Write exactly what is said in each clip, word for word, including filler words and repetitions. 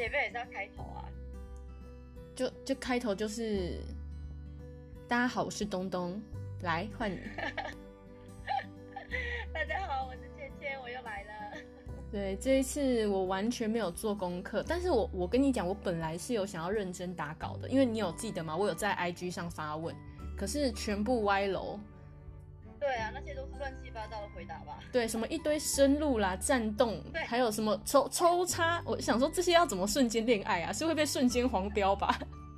前面也是要开头啊。 就就开头就是大家好，我是东东，来换你。 大家好，我是芊芊，我又来了。 对，这一次我完全没有做功课，但是我我跟你讲，我本来是有想要认真打稿的，因为你有记得吗？我有在 I G 上发问，可是全部歪楼。 对啊，那些都是乱七八糟的回答吧？ 对，什么一堆深入啦、战动，还有什么抽抽插，我想说这些要怎么瞬间恋爱啊？是会被瞬间黄标吧？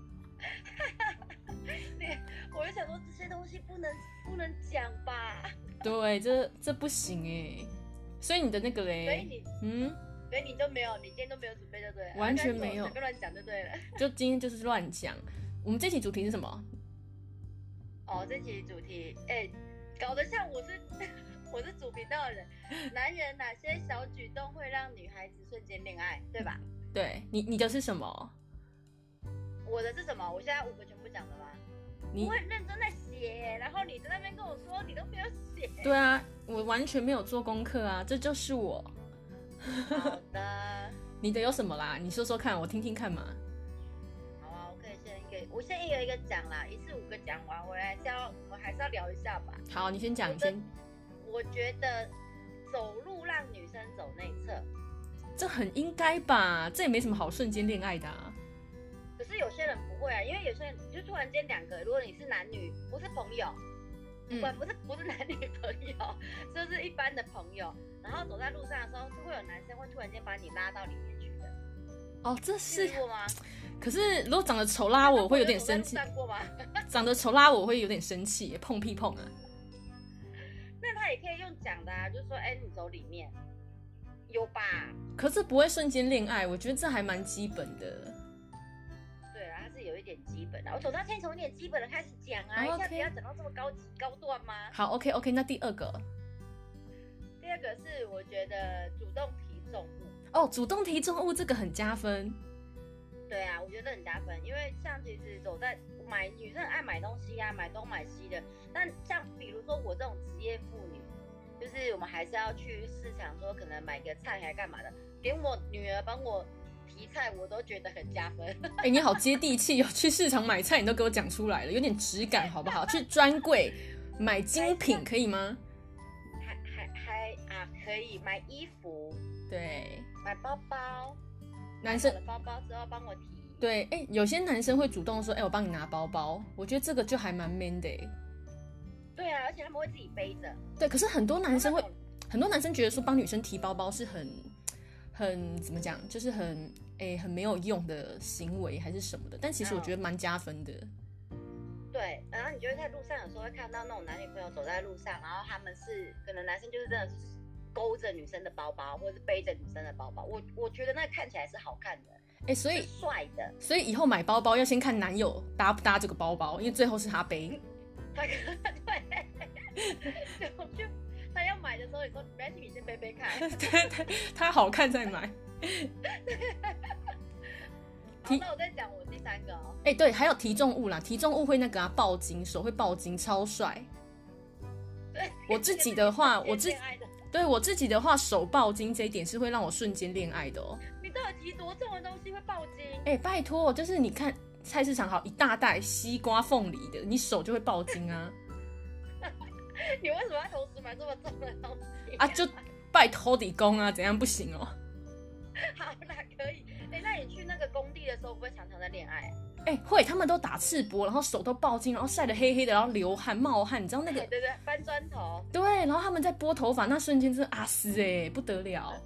我就想说这些东西不能不能讲吧？ 对，这这不行哎。所以你的那个嘞？ 所以你嗯，所以你都没有，你今天都没有准备就对了， 完全没有， 随便乱讲就对了。 就今天就是乱讲。我们这期主题是什么？ 哦，这期主题，哎、欸，搞得像我是我是主频道的人。男人哪些小举动会让女孩子瞬间恋爱，对吧？ 对，你你的是什么？ 我的是什么？我现在五个全部讲了吗？我很认真在写，然后你在那边跟我说你都没有写。 对啊，我完全没有做功课啊，这就是我。 好的。 你的有什么啦？你说说看，我听听看嘛。 好啊，我可以先一个，我先一个一个讲啦，一次五个讲完，我还是要我还是要聊一下吧。 好，你先讲，你先。 我觉得走路让女生走内侧， 这很应该吧？这也没什么好瞬间恋爱的啊。 可是有些人不会啊，因为有些人就突然间两个，如果你是男女，不是朋友，嗯，不是不是男女朋友，就是一般的朋友，然后走在路上的时候，是会有男生会突然间把你拉到里面去的。 哦，这是过吗？ 可是如果长得丑拉我，我会有点生气。 过吗？ 长得丑拉我会有点生气，碰屁碰啊。 那他也可以用讲的啊，就是说，哎、欸，你走里面，有吧？ 可是不会瞬间恋爱，我觉得这还蛮基本的。 对啊，它是有一点基本的。我总要先从一点基本的开始讲啊， oh, okay. 一下不要讲到这么高级高段吗？ 好 ，OK OK， 那第二个， 第二个是我觉得主动提重物。 哦，主动提重物这个很加分。 对啊，我觉得很加分，因为像其实走在买女生爱买东西啊，买东买西的。但像比如说我这种职业妇女，就是我们还是要去市场说可能买个菜还干嘛的，连我女儿帮我提菜我都觉得很加分。 哎、欸，你好接地气哦！去市场买菜你都给我讲出来了，有点质感好不好？去专柜买精品可以吗？ 还还还啊，可以买衣服， 对， 买包包。 男生的包包之后帮我提。 对，哎、欸，有些男生会主动说，哎、欸，我帮你拿包包，我觉得这个就还蛮 man 的。对啊，而且他们会自己背着。 对，可是很多男生会，很多男生觉得说帮女生提包包是很很怎么讲，就是很哎、欸、很没有用的行为还是什么的，但其实我觉得蛮加分的。 对，然后你就会在路上有时候会看到那种男女朋友走在路上，然后他们是可能男生就是真的是勾着女生的包包，或者是背着女生的包包，我我觉得那看起来是好看的， 哎、欸，所以帅的， 所以以后买包包要先看男友搭不搭这个包包，因为最后是他背。 他对，就就他要买的时候，你说没关系，你先背背看， 对对，他好看再买。 好，那我再讲我第三个哦。 哎、欸，对，还有提重物啦，提重物会那个啊，爆筋，手会爆筋，超帅。 对， 我自己的话，我自对我自己的话，手爆筋这一点是会让我瞬间恋爱的哦。 你到底提多重的东西会爆筋？ 哎、欸，拜托，就是你看菜市场好一大袋西瓜、凤梨的，你手就会爆筋啊。 你为什么要同时买这么重的东西啊？ 啊，就拜托底工啊，怎样不行哦？ 好啦，可以。哎、欸，那你去那个工地的时候，会不会常常在恋爱、啊？ 哎、欸，会，他们都打赤膊，然后手都爆筋，然后晒得黑黑的，然后流汗、冒汗，你知道那个？ 对对对，搬砖头。 对，然后他们在拨头发那瞬间，真的阿斯哎，不得了。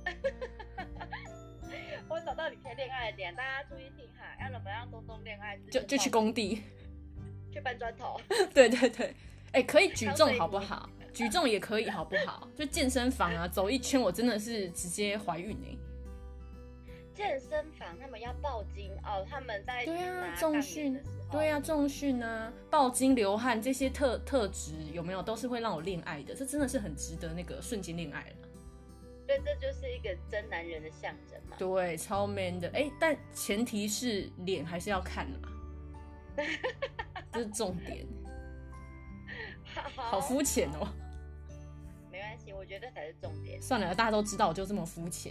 我找到你可以恋爱的点，大家注意听哈，要怎么样东东恋爱？ 就就去工地， 去搬砖头。 对对对，哎、欸，可以举重好不好？举重也可以好不好？就健身房啊，走一圈，我真的是直接怀孕哎、欸。 健身房他们要爆筋哦，他们在对啊重训，对啊重训啊，爆筋流汗这些特特质有没有都是会让我恋爱的，这真的是很值得那个瞬间恋爱了。 对，这就是一个真男人的象征嘛。 对，超 man 的，哎，但前提是脸还是要看啦，这是重点。好肤浅哦。 没关系，我觉得才是重点。 算了，大家都知道我就这么肤浅。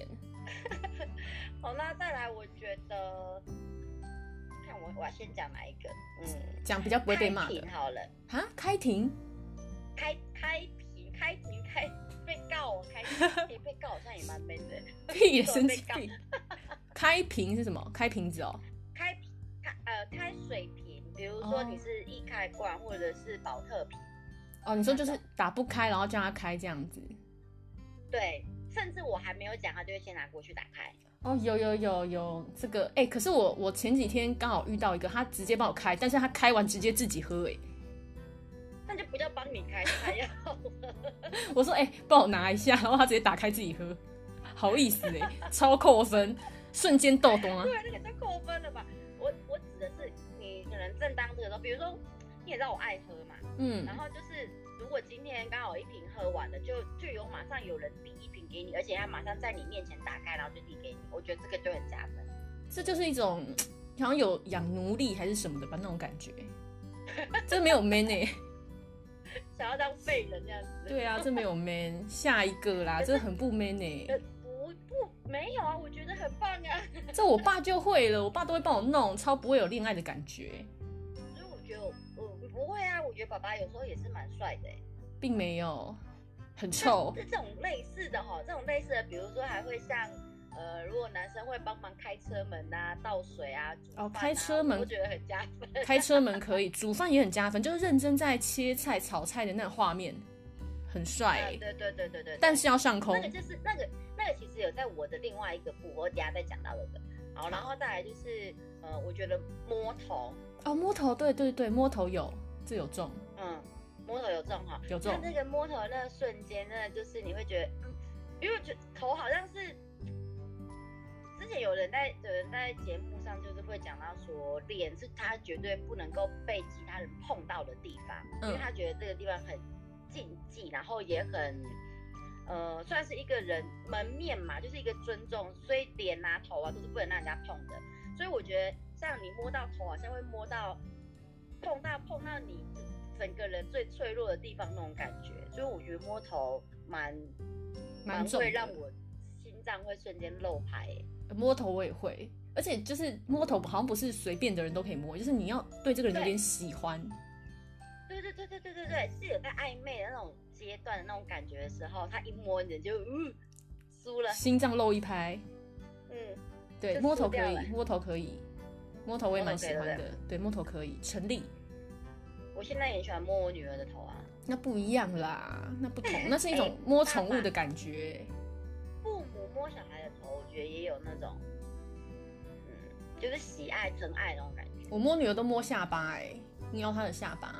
好，那再来，我觉得，看我我要先讲哪一个？嗯， 讲比较不会被骂的。 开庭好了， 哈，开庭， 开开庭，开庭，开被告哦，开庭被告好像也蛮 man 的。 屁也生气。开瓶是什么？开瓶子哦。 开开呃开水瓶，比如说你是易开罐或者是保特瓶。 哦，你说就是打不开，然后叫他开这样子。 对，甚至我还没有讲，他就会先拿过去打开。 哦，有有有有这个，哎、欸，可是我我前几天刚好遇到一个，他直接帮我开，但是他开完直接自己喝、欸，哎， 那就不叫帮你开，他要我说，哎、欸，帮我拿一下，然后他直接打开自己喝，好意思哎、欸，超扣分，瞬间豆懂啊。 对，那个就扣分了吧？我我指的是你可能正当这个时候，比如说你也知道我爱喝嘛，嗯，然后就是如果今天刚好一瓶喝完了，就就有马上有人递一瓶给你，而且他马上在你面前打开，然后就递给你，我觉得这个就很加分。 这就是一种好像有养奴隶还是什么的吧那种感觉，这没有 man 哎、欸， 想要当废人这样子。 对啊，这没有 man， 下一个啦，这很不 man 哎、 欸。不不没有啊，我觉得很棒啊。 这我爸就会了，我爸都会帮我弄，超不会有恋爱的感觉。 所以我觉得我我不会啊，我觉得爸爸有时候也是蛮帅的哎、欸。 并没有，很臭。 是这种类似的哈，这种类似的，比如说还会像呃，如果男生会帮忙开车门啊、倒水啊、煮饭啊，哦， 开车门我觉得很加分。 开车门可以，煮饭也很加分，就是认真在切菜、炒菜的那个画面，很帅、欸。 对对对对对。 但是要上空。 那个就是那个那个其实有在我的另外一个部，我等一下再讲到那个。好，然后再来就是呃，我觉得摸头。 哦，摸头，对对对，摸头有，这有中。 嗯。摸头有中哈， 有中。 他那个摸头的那个瞬间，真的就是你会觉得，嗯，因为觉头好像是之前有人在有人在节目上就是会讲到说，脸是他绝对不能够被其他人碰到的地方，嗯、因为他觉得这个地方很禁忌，然后也很呃算是一个人门面嘛，就是一个尊重，所以脸啊头啊都是不能让人家碰的。所以我觉得像你摸到头，好像会摸到碰到碰到你整个人最脆弱的地方那种感觉，所以我觉得摸头蛮蛮会让我心脏会瞬间漏拍、欸。 摸头我也会，而且就是摸头好像不是随便的人都可以摸，就是你要对这个人有点喜欢。 对对对对对对对，是有在暧昧的那种阶段的那种感觉的时候，他一摸你就嗯输了， 心脏漏一拍。 嗯， 对，摸头可以，摸头可以，摸头我也蛮喜欢的。对, 对，摸头可以成立。 我现在也喜欢摸我女儿的头啊。 那不一样啦，那不同，那是一种摸宠物的感觉。 父母摸小孩的头，我觉得也有那种，嗯，就是喜爱、疼爱那种感觉。 我摸女儿都摸下巴、欸，哎，捏她的下巴，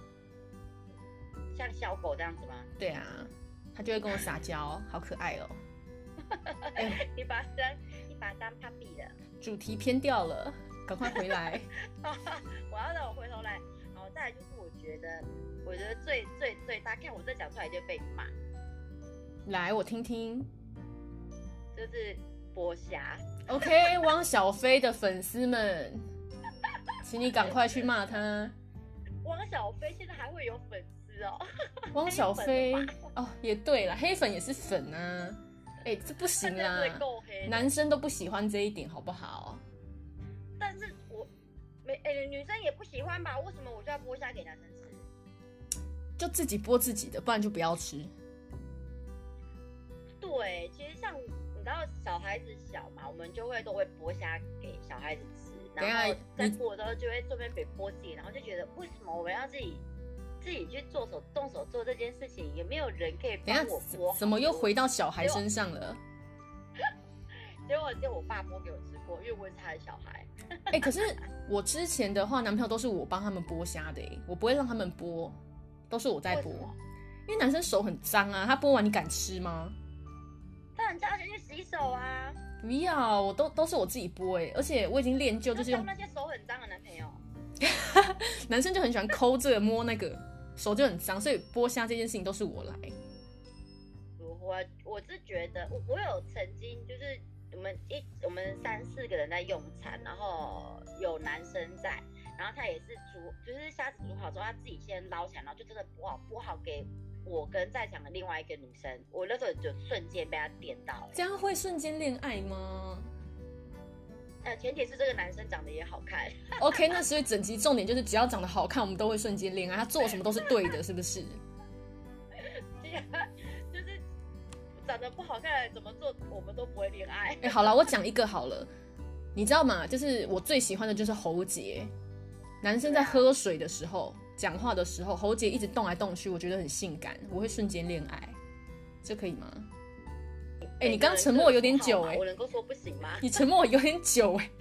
像小狗这样子吗？ 对啊，她就会跟我撒娇，好可爱哦、喔。 欸、你把它当你把它当 puppy 了。 主题偏掉了，赶快回来。 我要让我回头来。再来就是我觉得，我觉得最最最大，看我这讲出来就被你骂。 来，我听听。 就是剥虾。 OK， 汪小菲的粉丝们，请你赶快去骂他。 汪小菲现在还会有粉丝哦。 汪小菲哦，也对了，黑粉也是粉啊。哎、欸，这不行啦，男生都不喜欢这一点，好不好？ 但是我。没欸，女生也不喜欢吧？为什么我就要剥虾给男生吃？ 就自己剥自己的，不然就不要吃。 对，其实像你知道小孩子小嘛，我们就会都会剥虾给小孩子吃，然后在剥的时候就会顺便被剥自己，然后就觉得为什么我们要自己自己去做手动手做这件事情？也没有人可以帮我剥。 怎么又回到小孩身上了？ 结果就我爸剥给我吃过，因为我是他的小孩。 哎、欸，可是我之前的话，男朋友都是我帮他们剥虾的、欸，我不会让他们剥，都是我在剥。因为男生手很脏啊，他剥完你敢吃吗？ 当然叫他先去洗手啊！ 不要，我都都是我自己剥哎、欸，而且我已经练就，就是用那些手很脏的男朋友。 男生就很喜欢抠这个摸那个，手就很脏，所以剥虾这件事情都是我来。 我我是觉得，我我有曾经就是我们一我们三四个人在用餐，然后有男生在，然后他也是煮，就是虾子煮好之后，他自己先捞起来，然后就真的剥好剥好给我跟在场的另外一个女生，我那时候就瞬间被他电到了。 这样会瞬间恋爱吗？ 呃，前提是这个男生长得也好看。 OK， 那所以整集重点就是只要长得好看，我们都会瞬间恋爱。他做什么都是对的，是不是？ 就是长得不好看，怎么做我们都不会恋爱。 哎、欸，好了，我讲一个好了，你知道吗？就是我最喜欢的就是侯杰，男生在喝水的时候、讲话的时候，侯杰一直动来动去，我觉得很性感，我会瞬间恋爱，这可以吗？哎、欸，你刚沉默有点久哎、欸， 我能够说不行吗？ 你沉默有点久哎、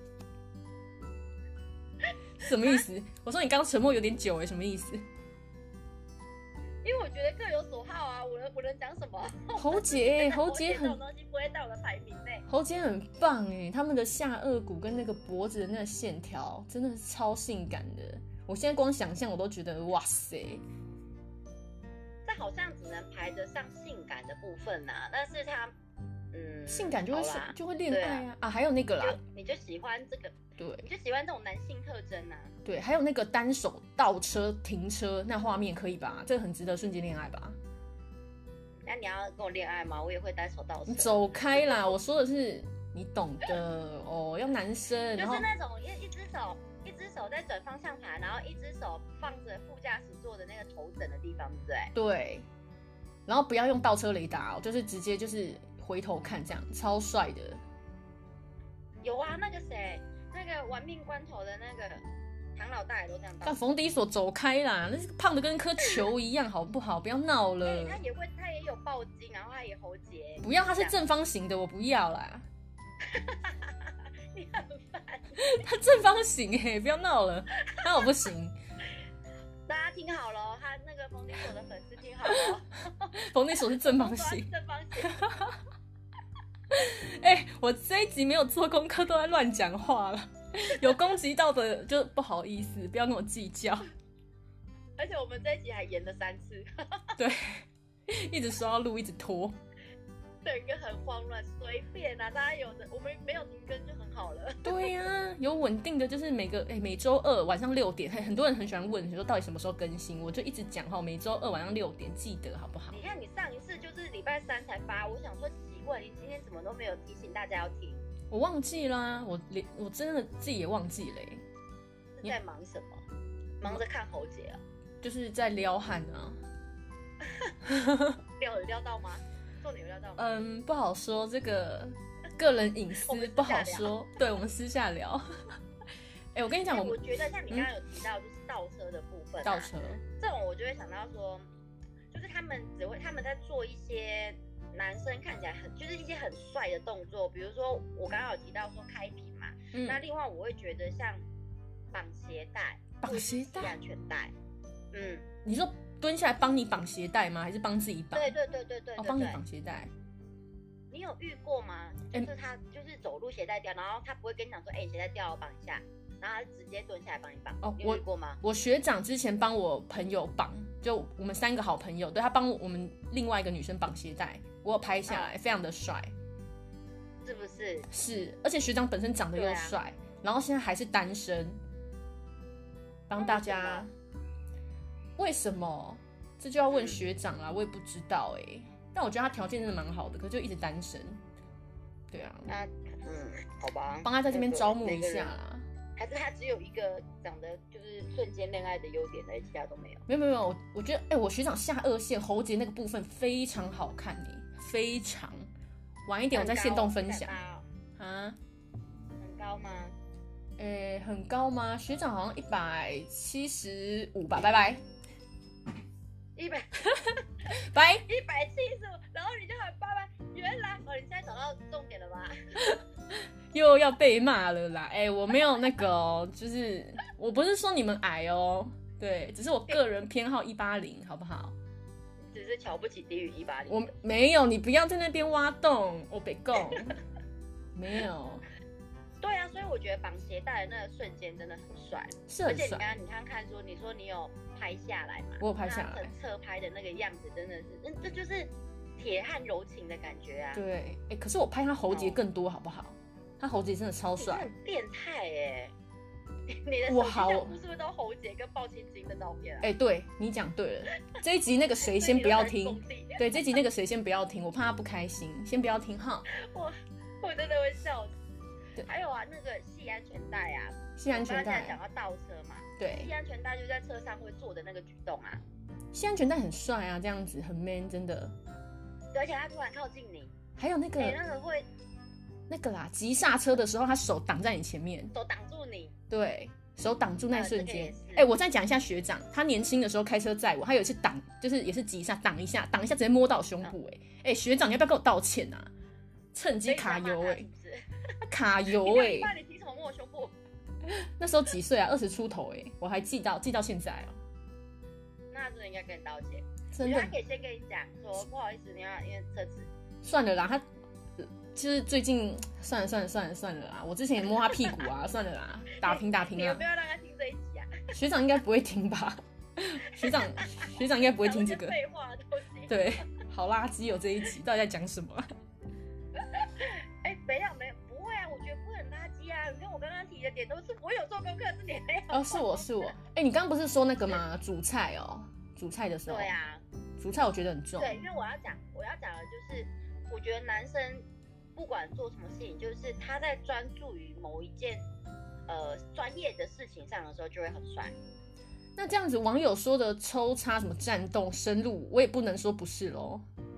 欸，什么意思？我说你刚沉默有点久哎、欸，什么意思？ 因为我觉得各有所好啊，我能我能讲什么？ 侯杰，侯杰很， 这种东西不会在我的排名内。 侯杰很棒哎，他们的下颚骨跟那个脖子的那个线条真的是超性感的，我现在光想象我都觉得哇塞。 这好像只能排得上性感的部分啊，但是他，嗯， 性感就会就会恋爱啊 啊, 啊，还有那个啦， 你就喜欢这个， 对， 你就喜欢这种男性特征啊。 对，还有那个单手倒车停车那画面可以吧？这个很值得瞬间恋爱吧？ 那你要跟我恋爱吗？我也会单手倒车。 你走开啦！我说的是你懂的哦，要男生， 就是那种一一只手一只手在转方向盘，然后一只手放着副驾驶座的那个头枕的地方，对不对？ 对。然后不要用倒车雷达哦，就是直接就是回头看，这样超帅的。 有啊，那个谁，那个玩命关头的那个唐老大也都这样倒。 但冯迪所走开啦，那是胖的跟颗球一样，好不好？不要闹了。 对，他也会，他也有暴击，然后他也喉结。 不要，他是正方形的，我不要啦。 你很烦。 他正方形哎、欸，不要闹了，那我不行。 大家听好了，他那个冯迪所的粉丝听好了， 冯迪所是正方形。 正方形。 哎、欸，我这一集没有做功课，都在乱讲话了。有攻击到的就不好意思，不要跟我计较。 而且我们这一集还延了三次。 对，一直说要录，一直拖。 整个很慌乱，随便啊，大家有的，我们没有停更就很好了。 对呀、啊，有稳定的，就是每个哎、欸、每周二晚上六点，很多人很喜欢问，说到底什么时候更新，我就一直讲哈，每周二晚上六点记得好不好？ 你看你上一次就是礼拜三才发，我想说奇怪，你今天怎么都没有提醒大家要听？ 我忘记啦，我连我真的自己也忘记了、欸。 是在忙什么？忙着看侯姐啊？ 就是在撩汉啊。 撩有撩到吗？重点有撩到吗？ 嗯，不好说，这个个人隐私不好说。对，我们私下聊。哎、欸，我跟你讲，我我觉得像你刚刚有提到，就是倒车的部分、啊， 倒车这种我就会想到说，就是他们只会他们在做一些男生看起来很就是一些很帅的动作，比如说我刚刚有提到说开屏嘛，嗯、那另外我会觉得像绑鞋带、 绑鞋带、 安全带，嗯， 你说蹲下来帮你绑鞋带吗？还是帮自己绑？ 对对对对对， 哦，帮你绑鞋带。 你有遇过吗？就是他就是走路鞋带掉，然后他不会跟你讲说，哎、欸，鞋带掉了，绑一下。然后他直接蹲下来帮你绑。哦，你有遇过吗？ 我我学长之前帮我朋友绑，就我们三个好朋友，对他帮我们另外一个女生绑鞋带，我有拍下来，嗯、非常的帅， 是不是？ 是，而且学长本身长得又帅，啊、然后现在还是单身，帮大家。为什么？这就要问学长啦，嗯、我也不知道哎、欸。但我觉得他条件真的蛮好的，可是就一直单身。对啊。 那嗯，好吧。 帮他在这边招募一下啦。 还是他只有一个长得就是瞬间恋爱的优点，而其他都没有。 没有没有没有，我我觉得哎、欸，我学长下颚线喉结那个部分非常好看哎、欸，非常。晚一点我在限动分享。啊？ 很高吗？ 哎、欸，很高吗？学长好像一百七十五吧，拜拜。 一百， 拜一百七十五，然后你就喊拜拜。原来哦，你现在找到重点了吧？ 又要被骂了啦！哎、欸，我没有那个哦，就是我不是说你们矮哦，对，只是我个人偏好一八零，好不好？ 只是瞧不起低于一八零。 我没有，你不要在那边挖洞，我别讲，没有。 对啊，所以我觉得绑鞋带的那个瞬间真的很帅， 是很帅。 而且你刚刚你看看说，你说你有拍下来嘛？ 我有拍下来， 侧拍的那个样子真的是，嗯，这就是铁汉柔情的感觉啊。 对，哎、欸，可是我拍他喉结更多，好不好？他喉结真的超帅， 很变态哎！ 你的手机相簿是不是都侯杰跟鲍青青的照片啊？ 哎、欸，对你讲对了，这一集那个谁先不要听，对，这一集那个谁先不要听，我怕他不开心，先不要听哈。 我我真的会笑死。还有啊，那个系安全带啊， 系安全带， 讲到倒车嘛， 对， 系安全带就在车上会做的那个举动啊。 系安全带很帅啊，这样子很 man， 真的。 对，而且他突然靠近你， 还有那个、 欸、那个会那个啦，急刹车的时候，他手挡在你前面， 手挡住你， 对，手挡住那瞬间。哎、 呃这个欸，我再讲一下学长，他年轻的时候开车载我，他有一次挡，就是也是急刹挡一下，挡一下直接摸到我胸部、欸，哎、嗯，哎、欸，学长你要不要跟我道歉啊？趁机卡油哎、欸，他卡油哎、 欸，你凭什么摸我胸部？ 那时候几岁啊？二十出头哎、欸，我还记到记到现在哦、喔。 那真的应该跟你道歉， 真的。 他可以先跟你讲说不好意思，你要因为车子。 算了啦，他其实最近算了算了算了算了啦，我之前也摸他屁股啊，算了啦，打平打平啊。 你有没有让他听这一集啊？ 学长应该不会听吧？学长学长应该不会听这个。 废话的东西。 对，好垃圾有这一集，到底在讲什么？ 哎、欸，没有没有，不会啊，我觉得不会很垃圾啊。你看我刚刚提的点都是我有做功课，是你没有。 哦，是我是我。哎、欸，你刚刚不是说那个吗？煮菜哦，煮菜的时候。 对啊， 煮菜我觉得很重。 对，因为我要讲我要讲的就是，我觉得男生不管做什么事情，就是他在专注于某一件呃专业的事情上的时候，就会很帅。 那这样子，网友说的抽插什么战斗深入，我也不能说不是咯。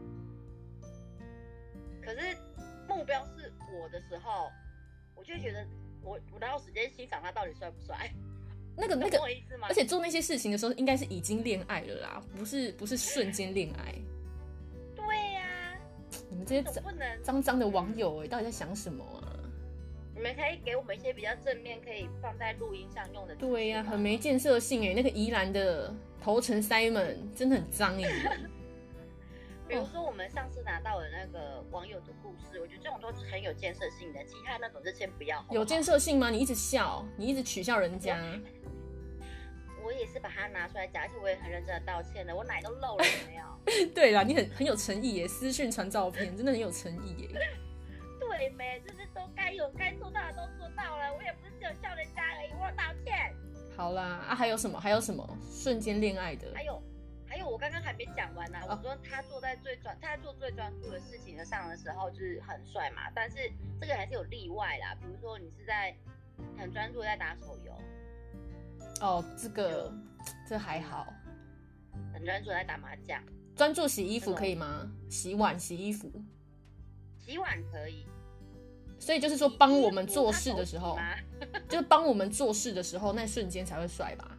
可是目标是我的时候，我就觉得我我哪有时间欣赏他到底帅不帅？ 那个那个，而且做那些事情的时候，应该是已经恋爱了啦，不是不是瞬间恋爱。 对呀、啊， 你们这些脏脏的网友哎、欸，到底在想什么啊？ 你们可以给我们一些比较正面，可以放在录音上用的。 对呀、啊，很没建设性哎、欸。那个宜兰的头城 Simon 真的很脏哎、欸。 比如说我们上次拿到的那个网友的故事，我觉得这种都是很有建设性的，其他那种就先不要好不好。 有建设性吗？你一直笑，你一直取笑人家。 我也是把它拿出来讲，而且我也很认真的道歉了，我奶都漏了，有没有？对啦，你很很有诚意耶，私讯传照片，真的很有诚意耶。 对没，就是都该有该做到的都做到了，我也不是只有笑人家而已，我有道歉。 好啦，啊还有什么？还有什么瞬间恋爱的？ 还有还有，我刚刚还没讲完呢、啊。我说他做在最专，他在做最专注的事情上的时候，就是很帅嘛。但是这个还是有例外啦，比如说你是在很专注在打手游。 哦，这个这还好， 很专注在打麻将。 专注洗衣服可以吗？洗碗、洗衣服， 洗碗可以。 所以就是说，帮我们做事的时候，就是帮我们做事的时候，那瞬间才会帅吧？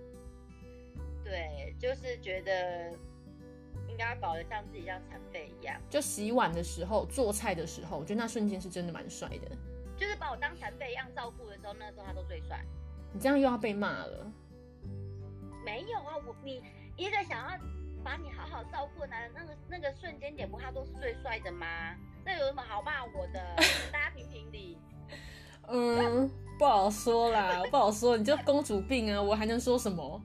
对，就是觉得应该要搞得像自己像残废一样。 就洗碗的时候、做菜的时候，我觉得那瞬间是真的蛮帅的。 就是把我当残废一样照顾的时候，那时候他都最帅。 你这样又要被骂了。 没有啊，我你一个想要把你好好照顾的男人，那个那个瞬间点不，他都是最帅的吗？那有什么好骂我的？大家评评理。 嗯，不好说啦，不好说。你就公主病啊，我还能说什么？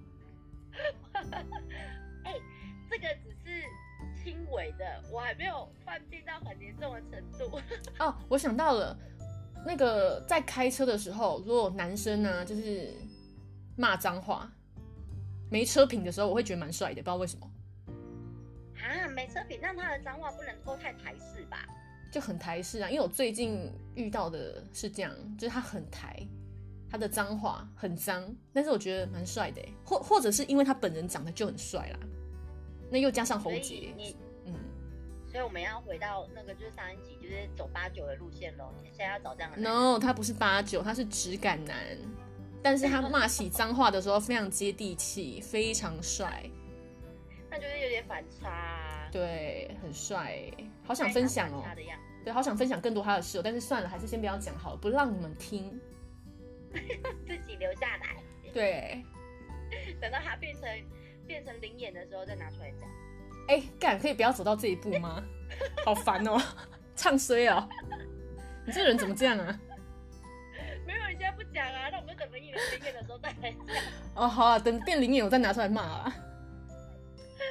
哎、欸，这个只是轻微的，我还没有犯病到很严重的程度。 哦，我想到了。那个在开车的时候，如果男生呢、啊、就是骂脏话、没车品的时候，我会觉得蛮帅的，不知道为什么。 啊，没车品，但他的脏话不能够太台式吧？ 就很台式啊，因为我最近遇到的是这样，就是他很台，他的脏话很脏，但是我觉得蛮帅的，或或者是因为他本人长得就很帅啦，那又加上侯杰，嗯。 所以我们要回到那个，就是上一集，就是走八九的路线喽。你现在要找这样的男人 ？No， 他不是八九，他是质感男，但是他骂起脏话的时候非常接地气，非常帅。 那就是有点反差、啊。 对，很帅，好想分享哦。对，好想分享更多他的事、哦，但是算了，还是先不要讲好了，不让你们听， 自己留下来。 对， 等到他变成变成灵眼的时候再拿出来讲。 哎、欸，干可以不要走到这一步吗？好烦哦，唱衰哦！你这人怎么这样啊？ 没有，你现在不讲啊，那我们等灵眼灵眼的时候再来讲。 哦，好啊，等变灵眼我再拿出来骂啊。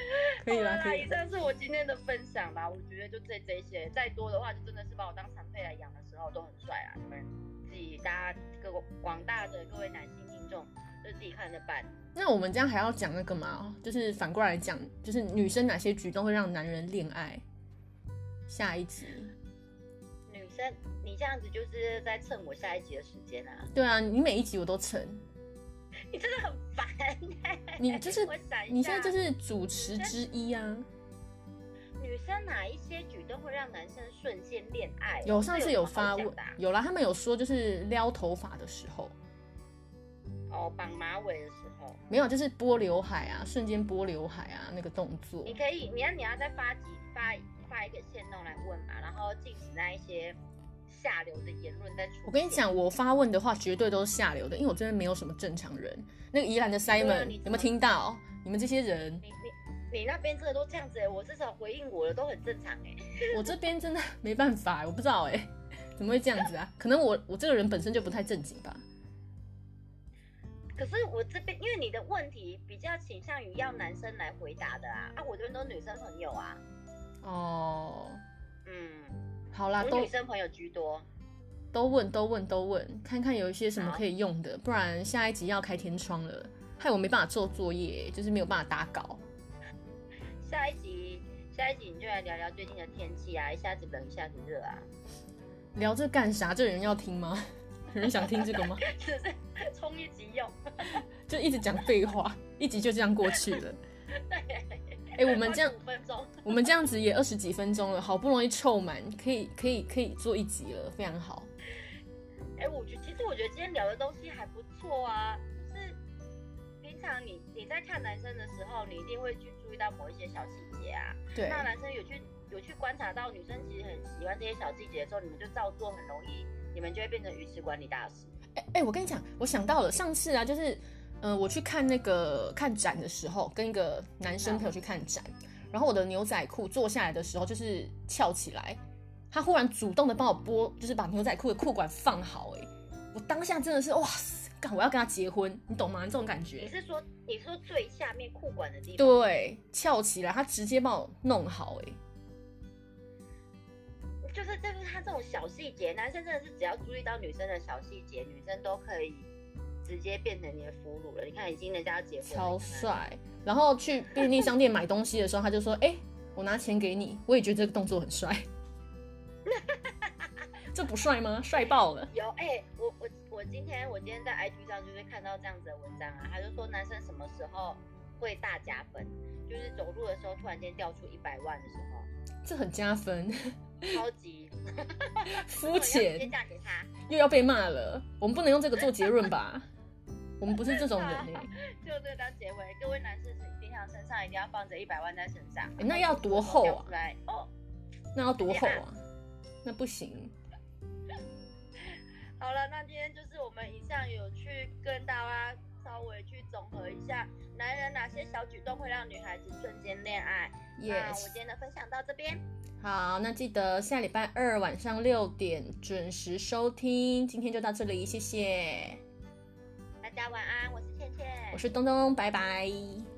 可以啦， 好啦， 可以啦。 以上是我今天的分享啦。我觉得就这这些，再多的话就真的是把我当常配来养的时候都很帅啊。你们自己大家各个广大的各位男性听众，就自己看着办。 那我们这样还要讲那个吗？就是反过来讲，就是女生哪些举动会让男人恋爱？下一集。 女生，你这样子就是在蹭我下一集的时间啊！ 对啊，你每一集我都蹭， 你真的很烦、欸。 你就是我想一下你现在就是主持之一啊。 女生哪一些举动会让男生瞬间恋爱？ 有上次有发问， 这有什么好讲的啊有啦，他们有说就是撩头发的时候， 哦，绑马尾的时候， 没有，就是拨刘海啊，瞬间拨刘海啊，那个动作。 你可以，你要你要再发几发发一个线动来问嘛，然后禁止那一些下流的言论在出现。 我跟你讲，我发问的话绝对都是下流的，因为我真的没有什么正常人。那个宜兰的 Simon 你有没有听到？你们这些人， 你你你那边真的都这样子哎、欸，我至少回应我的都很正常哎、欸。 我这边真的没办法，我不知道哎，怎么会这样子啊？可能我我这个人本身就不太正经吧。 可是我这边，因为你的问题比较倾向于要男生来回答的啊，啊，我这边都是女生朋友啊。 哦， 嗯， 好啦，都我女生朋友居多。 都问都问都问，看看有一些什么可以用的，不然下一集要开天窗了，害我没办法做作业，就是没有办法打稿。 下一集，下一集你就来聊聊最近的天气啊，一下子冷，一下子热啊。 聊这干啥？这有人要听吗？有人想听这个吗？ 只是冲一集用。 就一直讲废话，一集就这样过去了。 对。 哎、欸，我们这样五分钟， 我们这样子也二十几分钟了，好不容易凑满，可以可以可以做一集了，非常好。 哎、欸，我觉其实我觉得今天聊的东西还不错啊，就是平常你你在看男生的时候，你一定会去注意到某一些小细节啊。 对。 那男生有去有去观察到女生其实很喜欢这些小细节的时候，你们就照做，很容易你们就会变成鱼池管理大师。 哎、欸欸、我跟你讲，我想到了上次啊，就是。呃，我去看那个看展的时候，跟一个男生朋友去看展，然后我的牛仔裤坐下来的时候就是翘起来，他忽然主动的帮我拨，就是把牛仔裤的裤管放好、欸，哎，我当下真的是哇塞，干我要跟他结婚，你懂吗？这种感觉。 你是说你说最下面裤管的地方？ 对，翘起来，他直接帮我弄好、欸， 哎，就是就是他这种小细节，男生真的是只要注意到女生的小细节，女生都可以。直接变成你的俘虏了，你看已经人家要结婚了， 超帅。然后去便利商店买东西的时候，他就说：“哎、欸，我拿钱给你。”我也觉得这个动作很帅。这不帅吗？帅爆了！ 有哎、欸，我我我今天我今天在 I G 上就是看到这样子的文章啊，他就说男生什么时候会大加分，就是走路的时候突然间掉出一百万的时候， 这很加分。 超级肤浅， 直接嫁给他， 又要被骂了。我们不能用这个做结论吧？我们不是这种人哎、欸。 就这个当结尾，各位男士平常身上一定要放着一百万在身上。 欸、那要多厚啊？ 哦， 那要多厚啊？那不行。 好了，那今天就是我们以上有去跟大家稍微去总合一下，男人哪些小举动会让女孩子瞬间恋爱。 Yes. 那我今天的分享到这边。 好，那记得下礼拜二晚上六点准时收听。今天就到这里，谢谢大家晚安，我是倩倩， 我是东东，拜拜。